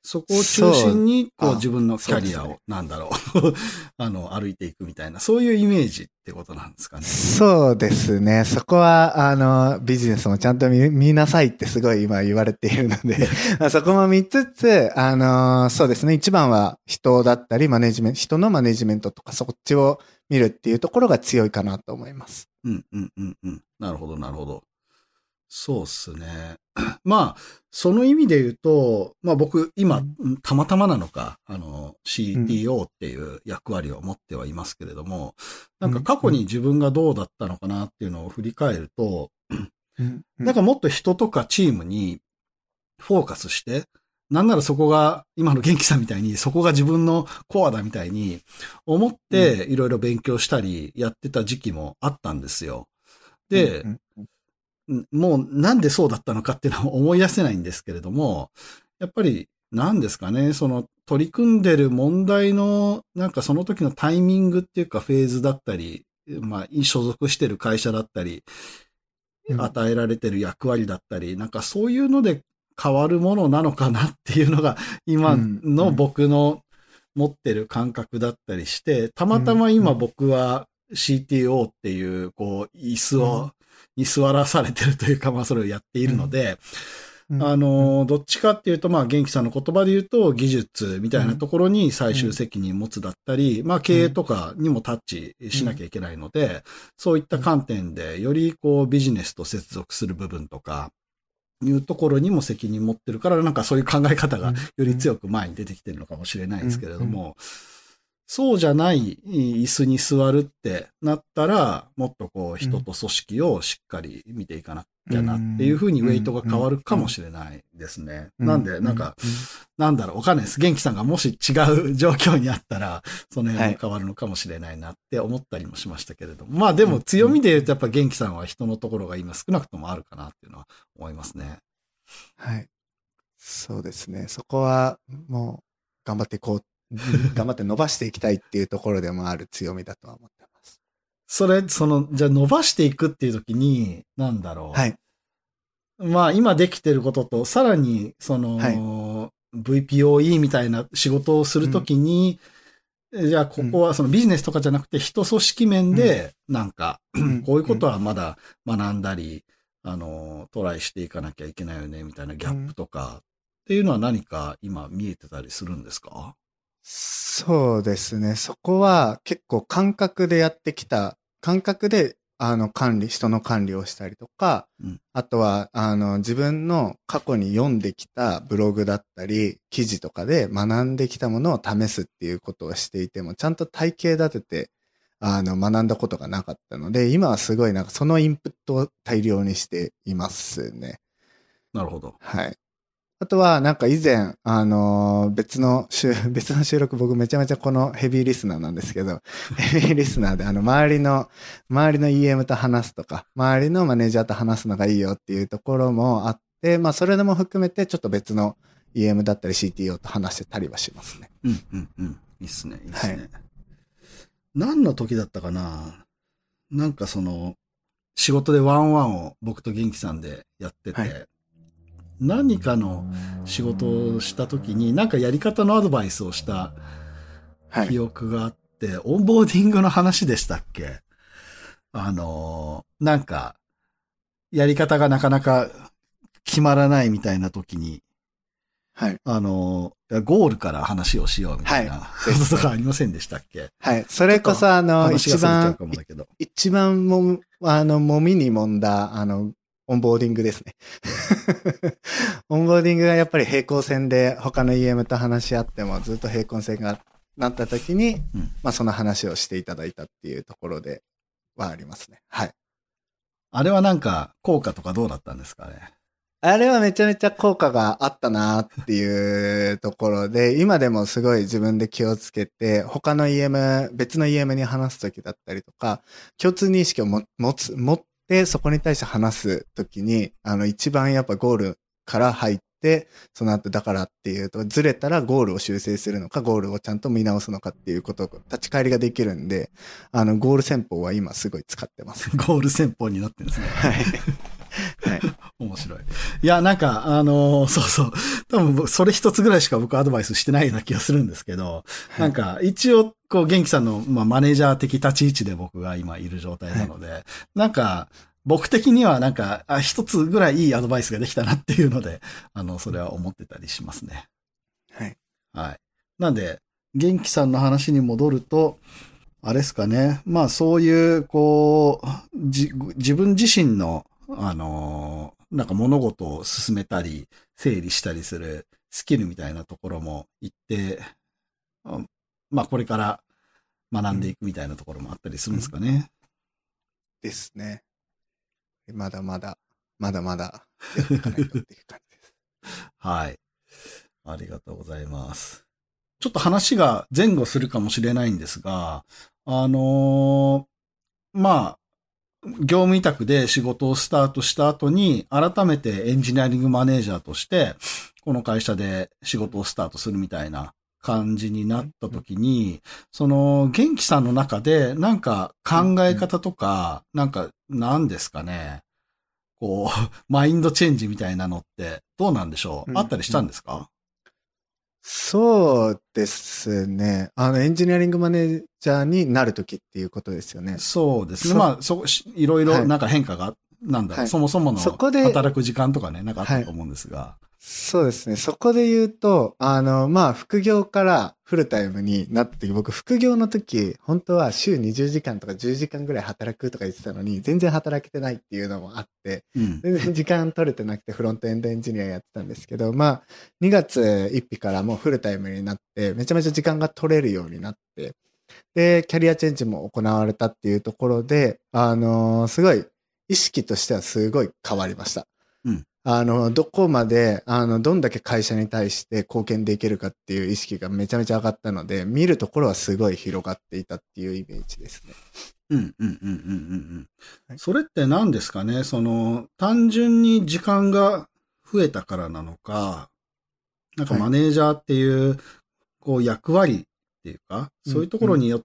そこを中心に、こうあ自分のキャリアを、 そうですねなんだろう、あの、歩いていくみたいな、そういうイメージってことなんですかね。 そうですね。そこは、あの、ビジネスもちゃんと見、見なさいってすごい今言われているので、そこも見つつ、あの、そうですね。一番は人だったり、マネジメント、人のマネジメントとか、そっちを見るっていうところが強いかなと思います。 うんうんうんうん。なるほどなるほど。そうっすね。まあ、その意味で言うと、まあ僕、今、たまたまなのか、あの、シーティーオー っていう役割を持ってはいますけれども、なんか過去に自分がどうだったのかなっていうのを振り返ると、なんかもっと人とかチームにフォーカスして、なんならそこが、今の元気さんみたいに、そこが自分のコアだみたいに思っていろいろ勉強したりやってた時期もあったんですよ。で、 うんうんもうなんでそうだったのかっていうのは思い出せないんですけれども、やっぱり何ですかね、その取り組んでる問題のなんかその時のタイミングっていうかフェーズだったり、まあ所属してる会社だったり、 うん与えられてる役割だったり、なんかそういうので変わるものなのかなっていうのが今の僕の持ってる感覚だったりして、たまたま今僕は シーティーオー っていうこう椅子を、に座らされてるというか、まあそれをやっているので、 うんあの、どっちかっていうと、まあ元気さんの言葉で言うと技術みたいなところに最終責任持つだったり、まあ経営とかにもタッチしなきゃいけないので、そういった観点でよりこうビジネスと接続する部分とか、いうところにも責任持ってるから、なんかそういう考え方がより強く前に出てきてるのかもしれないですけれども、そうじゃない椅子に座るってなったら、もっとこう人と組織をしっかり見ていかなきゃなっていうふうにウェイトが変わるかもしれないですね。なんで、なんか、なんだろう、わかんないです。元気さんがもし違う状況にあったら、その辺も変わるのかもしれないなって思ったりもしましたけれども。まあでも強みで言うとやっぱ元気さんは人のところが今少なくともあるかなっていうのは思いますね。 はい。そうですね。そこはもう頑張っていこう。頑張って伸ばしていきたいっていうところでもある強みだとは思ってます。 それ、その、じゃあ伸ばしていくっていう時に、なんだろう。 はい。 まあ今できてることと、さらに、その、はい、ブイピーオーイー みたいな仕事をするときに、うん、じゃあここはそのビジネスとかじゃなくて人組織面で、なんか、うん、こういうことはまだ学んだり、あの、トライしていかなきゃいけないよね、みたいなギャップとか、っていうのは何か今見えてたりするんですか？ そうですね。そこは結構感覚でやってきた、感覚であの管理、人の管理をしたりとか、うん、あとはあの自分の過去に読んできたブログだったり、記事とかで学んできたものを試すっていうことをしていても、ちゃんと体系立ててあの学んだことがなかったので、今はすごいなんかそのインプットを大量にしていますね。 なるほど。 はい。あとは、なんか以前、あのー、別の収、別の収録、僕めちゃめちゃこのヘビーリスナーなんですけど、ヘビーリスナーで、あの、周りの、周りの イーエム と話すとか、周りのマネージャーと話すのがいいよっていうところもあって、まあ、それでも含めて、ちょっと別の イーエム だったり シーティーオー と話してたりはしますね。 うん、うん、うん。いいっすね、いいっすね。はい、何の時だったかな？なんかその、仕事でワンワンを僕と元気さんでやってて、はい、何かの仕事をしたときに、なんかやり方のアドバイスをした記憶があって、はい、オンボーディングの話でしたっけ？あの、なんか、やり方がなかなか決まらないみたいなときに、 はい。 あの、ゴールから話をしようみたいなこととかありませんでしたっけ？ はい。それこそ、あの、一番、一番も、あの、もみにもんだ、あの、オンボーディングですね。オンボーディングがやっぱり平行線で他の イーエム と話し合ってもずっと平行線がなった時に、うん、まあその話をしていただいたっていうところではありますね。はい。 あれはなんか効果とかどうだったんですかね？ あれはめちゃめちゃ効果があったなっていうところで、今でもすごい自分で気をつけて、他の イーエム、別の イーエム に話すときだったりとか、共通認識をも持つ、持って、そこに対して話すときに、あの一番やっぱゴールから入って、その後だからっていうと、ずれたらゴールを修正するのか、ゴールをちゃんと見直すのかっていうことを立ち返りができるんで、あのゴール戦法は今すごい使ってます。 ゴール戦法になってるんですね。 はい。 はい。 面白い。いや、なんか、あのーそうそう。多分、それ一つぐらいしか僕アドバイスしてないような気がするんですけど、 はい、 なんか、一応、こう、元気さんの、まあ、マネージャー的立ち位置で僕が今いる状態なので、はい、なんか、僕的にはなんか、あ、一つぐらいいいアドバイスができたなっていうので、あの、それは思ってたりしますね。 はい。 はい。なんで、元気さんの話に戻ると、あれですかね。まあ、そういう、こう、じ、自分自身の、あのー、なんか物事を進めたり、整理したりするスキルみたいなところも行って、まあ、これから学んでいくみたいなところもあったりするんですかね。うんうん、 ですね。まだまだ、まだまだやっていかないとっていう感じです。 はい。ありがとうございます。ちょっと話が前後するかもしれないんですが、あのー、まあ、業務委託で仕事をスタートした後に、改めてエンジニアリングマネージャーとして、この会社で仕事をスタートするみたいな感じになった時に、その、元気さんの中で、なんか考え方とか、なんか、何ですかね、こう、マインドチェンジみたいなのって、どうなんでしょう、あったりしたんですか？ そうですね。あの、エンジニアリングマネージャーになるときっていうことですよね。 そうですね。まあ、そ、いろいろなんか変化が、はい、なんだろう、はい、そもそもの働く時間とかね、なんかあったと思うんですが。はい、 そうですね。そこで言うと、あの、まあ、副業からフルタイムになった時、僕、副業の時、本当は週にじゅうじかんとかじゅうじかんぐらい働くとか言ってたのに、全然働けてないっていうのもあって、うん、全然時間取れてなくてフロントエンドエンジニアやってたんですけど、まあ、にがつついたちからもうフルタイムになって、めちゃめちゃ時間が取れるようになって、で、キャリアチェンジも行われたっていうところで、あのー、すごい、意識としてはすごい変わりました。うん。あの、どこまで、あの、どんだけ会社に対して貢献できるかっていう意識がめちゃめちゃ上がったので、見るところはすごい広がっていたっていうイメージですね。 うん、うん、うん、うん、うんうん。それって何ですかね、その、単純に時間が増えたからなのか、なんかマネージャーっていう、こう、役割っていうか、そういうところによって、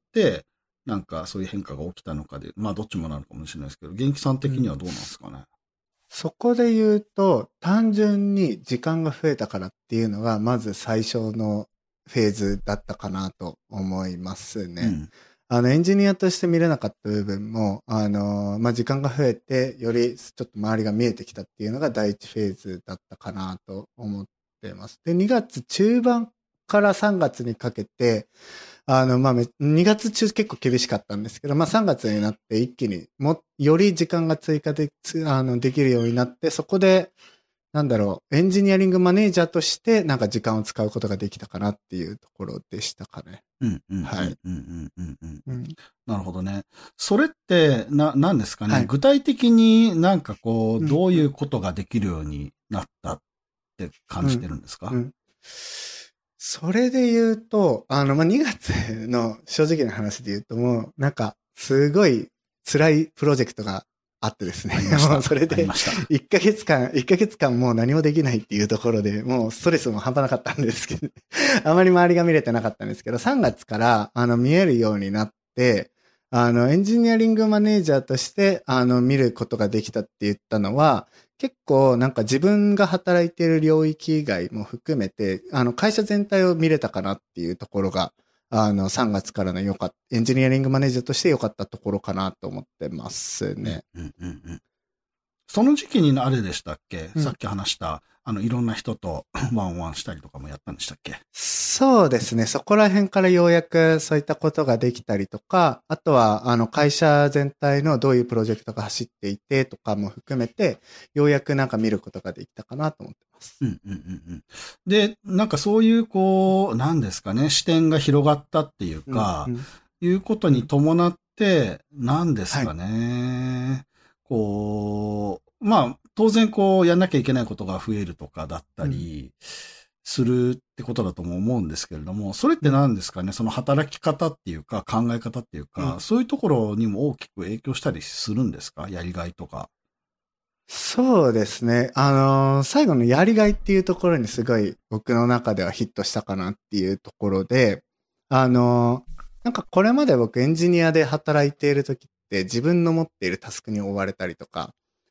なんかそういう変化が起きたのかで、まあ、どっちもなのかもしれないですけど、元気さん的にはどうなんですかね。 そこで言うと、単純に時間が増えたからっていうのが、まず最初のフェーズだったかなと思いますね。うん、あの、エンジニアとして見れなかった部分も、あの、まあ、時間が増えて、よりちょっと周りが見えてきたっていうのが第一フェーズだったかなと思っています。で、にがつ中盤からさんがつにかけて、あの、まあ、にがつ中結構厳しかったんですけど、まあ、さんがつになって一気にも、より時間が追加で、あの、できるようになって、そこで、なんだろう、エンジニアリングマネージャーとして、なんか時間を使うことができたかなっていうところでしたかね。 うん、うん、はい。うん、うん、うん、うん。なるほどね。それって、な、なんですかね、はい、具体的になんかこう、どういうことができるようになったって感じてるんですか？うんうん、 それで言うと、あの、まあ、にがつの正直な話で言うともう、なんか、すごい辛いプロジェクトがあってですね。もうそれで、いっかげつかん、いっかげつかんもう何もできないっていうところで、もうストレスも半端なかったんですけど、あまり周りが見れてなかったんですけど、さんがつから、あの、見えるようになって、あの、エンジニアリングマネージャーとして、あの、見ることができたって言ったのは、結構なんか自分が働いている領域以外も含めて、あの会社全体を見れたかなっていうところが、あのさんがつからの良かった、エンジニアリングマネージャーとして良かったところかなと思ってますね。 うんうんうん、その時期にあれでしたっけ、うん、さっき話した、あの、いろんな人とワンワンしたりとかもやったんでしたっけ？ そうですね。そこら辺からようやくそういったことができたりとか、あとは、あの、会社全体のどういうプロジェクトが走っていてとかも含めて、ようやくなんか見ることができたかなと思ってます。 うんうんうんうん。で、なんかそういう、こう、なんですかね、視点が広がったっていうか、うんうん、いうことに伴って、なんですかね、はい、こう、まあ、当然こう、やんなきゃいけないことが増えるとかだったり、するってことだとも思うんですけれども、それって何ですかね、その働き方っていうか、考え方っていうか、うん、そういうところにも大きく影響したりするんですか？やりがいとか。 そうですね。あのー、最後のやりがいっていうところにすごい僕の中ではヒットしたかなっていうところで、あのー、なんかこれまで僕エンジニアで働いている時って自分の持っているタスクに追われたりとか、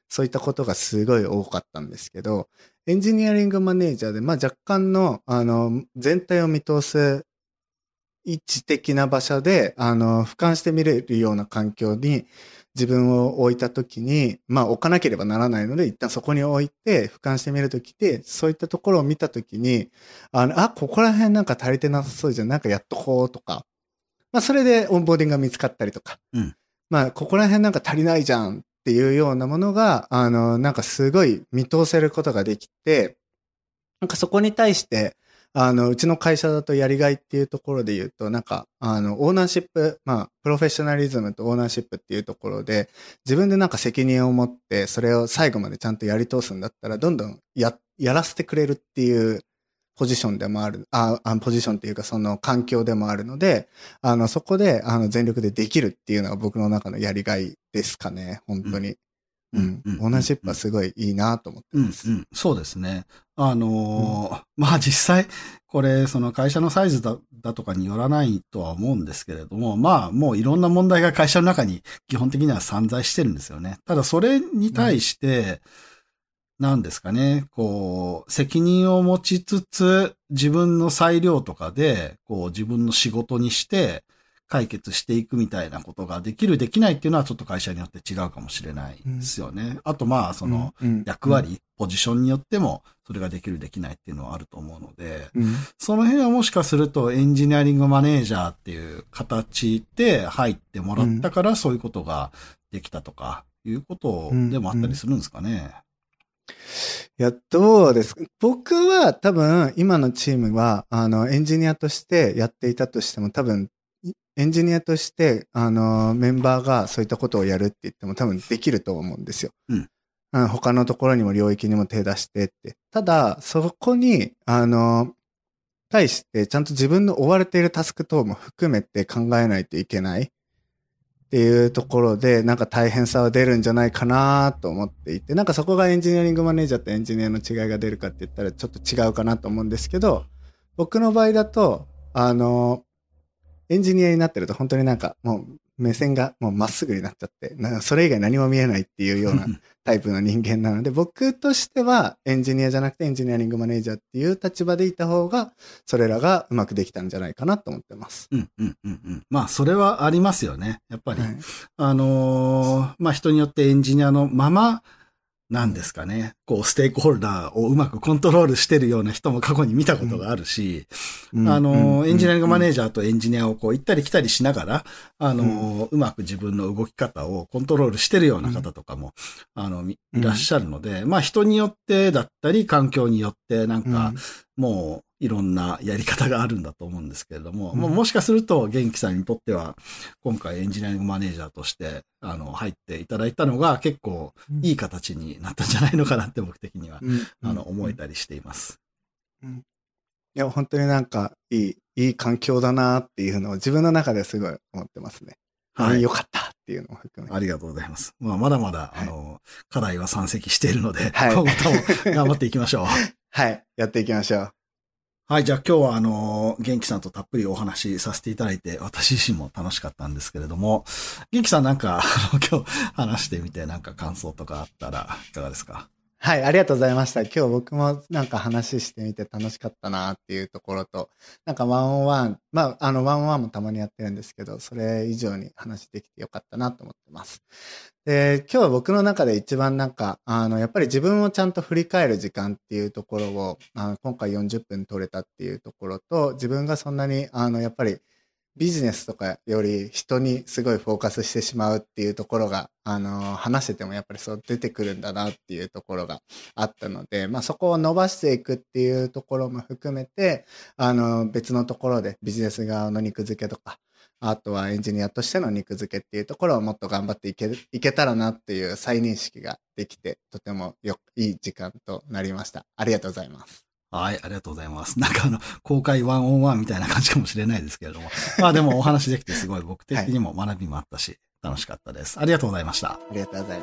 そういったことがすごい多かったんですけど、エンジニアリングマネージャーで、まあ若干の、あの、全体を見通す位置的な場所で、あの、俯瞰して見れるような環境に自分を置いたときに、まあ置かなければならないので、一旦そこに置いて、俯瞰してみるときで、そういったところを見たときに、あの、あ、ここら辺なんか足りてなさそうじゃん、なんかやっとこうとか、まあそれでオンボーディングが見つかったりとか、うん、まあここら辺なんか足りないじゃんっていうようなものが、あの、なんかすごい見通せることができて、なんかそこに対して、あの、うちの会社だとやりがいっていうところで言うと、なんか、あの、オーナーシップ、まあ、プロフェッショナリズムとオーナーシップっていうところで、自分でなんか責任を持って、それを最後までちゃんとやり通すんだったら、どんどんや、やらせてくれるっていうポジションでもある、あ、あポジションっていうかその環境でもあるので、あの、そこで、あの、全力でできるっていうのが僕の中のやりがいですかね、本当に。うんうん。オーナーシップはすごいいいなと思ってます。 うんうん、そうですね。あのーうん、まあ実際、これ、その会社のサイズだ、だとかによらないとは思うんですけれども、まあもういろんな問題が会社の中に基本的には散在してるんですよね。ただそれに対して、何ですかね、こう、責任を持ちつつ、自分の裁量とかで、こう自分の仕事にして、解決していくみたいなことができるできないっていうのはちょっと会社によって違うかもしれないですよね。うん、あとまあその役割、うん、ポジションによってもそれができるできないっていうのはあると思うので、うん、その辺はもしかするとエンジニアリングマネージャーっていう形で入ってもらったからそういうことができたとかいうことでもあったりするんですかね。うんうん、 いや、どうですか。僕は多分今のチームはあのエンジニアとしてやっていたとしても多分エンジニアとして、あの、メンバーがそういったことをやるって言っても多分できると思うんですよ。うん。うん、他のところにも領域にも手出してって。ただ、そこに、あの、対してちゃんと自分の追われているタスク等も含めて考えないといけないっていうところで、なんか大変さは出るんじゃないかなと思っていて、なんかそこがエンジニアリングマネージャーとエンジニアの違いが出るかって言ったらちょっと違うかなと思うんですけど、僕の場合だと、あの、エンジニアになってると本当になんかもう目線がもうまっすぐになっちゃって、なんかそれ以外何も見えないっていうようなタイプの人間なので、僕としてはエンジニアじゃなくてエンジニアリングマネージャーっていう立場でいた方が、それらがうまくできたんじゃないかなと思ってます。 うんうんうんうん。まあそれはありますよね。やっぱり。はい、あのー、まあ人によってエンジニアのまま、なんですかね。こう、ステークホルダーをうまくコントロールしてるような人も過去に見たことがあるし、うん、あの、うん、エンジニアリングマネージャーとエンジニアをこう行ったり来たりしながら、あの、うん、うまく自分の動き方をコントロールしてるような方とかも、あの、いらっしゃるので、まあ人によってだったり、環境によってなんか、もう、いろんなやり方があるんだと思うんですけれども、うん、もしかすると元気さんにとっては今回エンジニアリングマネージャーとしてあの入っていただいたのが結構いい形になったんじゃないのかなって僕的には、うん、あの思えたりしています、 うんうん。いや本当になんかいいいい環境だなっていうのを自分の中ですごい思ってますね。はい、よかったっていうのを含め。 ありがとうございます。まあまだまだ、はい、あの課題は山積しているので、はい、今後とも頑張っていきましょう。 はい、やっていきましょう。 はい、じゃあ今日はあの、元気さんとたっぷりお話しさせていただいて、私自身も楽しかったんですけれども、元気さんなんか、あの、今日話してみてなんか感想とかあったらいかがですか？ はい、ありがとうございました。今日僕もなんか話してみて楽しかったなっていうところと、なんかワンオンワン、まあ、あのワンオンワンもたまにやってるんですけど、それ以上に話できてよかったなと思ってます。で、今日は僕の中で一番なんか、あの、やっぱり自分をちゃんと振り返る時間っていうところを、あの今回よんじゅっぷん取れたっていうところと、自分がそんなに、あの、やっぱり、ビジネスとかより人にすごいフォーカスしてしまうっていうところが、あの、話しててもやっぱりそう出てくるんだなっていうところがあったので、まあそこを伸ばしていくっていうところも含めて、あの、別のところでビジネス側の肉付けとか、あとはエンジニアとしての肉付けっていうところをもっと頑張っていけ、いけたらなっていう再認識ができて、とてもよ、いい時間となりました。ありがとうございます。 はい、ありがとうございます。なんかあの、公開ワンオンワンみたいな感じかもしれないですけれども。まあでもお話できてすごい僕的にも学びもあったし、はい、楽しかったです。ありがとうございました。 ありがとうございます。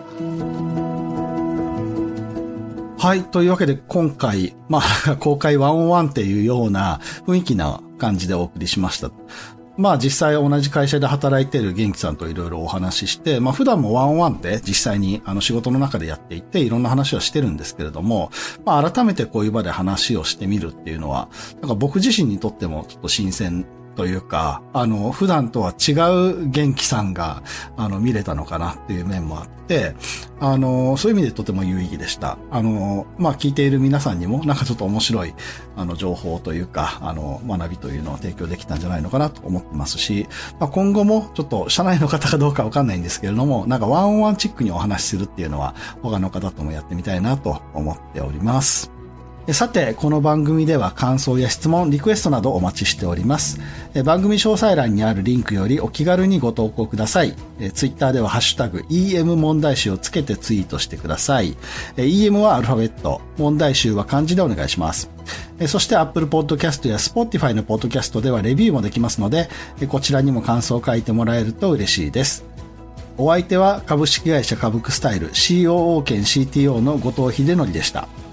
はい、というわけで今回、まあ公開ワンオンワンっていうような雰囲気な感じでお送りしました。 まあ実際同じ会社で働いている元気さんといろいろお話しして、まあ普段もワンオンワンで実際にあの仕事の中でやっていていろんな話はしてるんですけれども、まあ改めてこういう場で話をしてみるっていうのは、なんか僕自身にとってもちょっと新鮮というか、あの、普段とは違う元気さんが、あの、見れたのかなっていう面もあって、あの、そういう意味でとても有意義でした。あの、まあ、聞いている皆さんにも、なんかちょっと面白い、あの、情報というか、あの、学びというのを提供できたんじゃないのかなと思ってますし、まあ、今後も、ちょっと、社内の方かどうかわかんないんですけれども、なんかワンオンワンチックにお話しするっていうのは、他の方ともやってみたいなと思っております。さて、この番組では感想や質問、リクエストなどお待ちしております。番組詳細欄にあるリンクよりお気軽にご投稿ください。ツイッターではハッシュタグ イーエム 問題集をつけてツイートしてください。イーエム はアルファベット、問題集は漢字でお願いします。そして Apple Podcast や Spotify の Podcast ではレビューもできますので、こちらにも感想を書いてもらえると嬉しいです。お相手は株式会社株クスタイル シーオーオー 兼 シーティーオー の後藤秀則でした。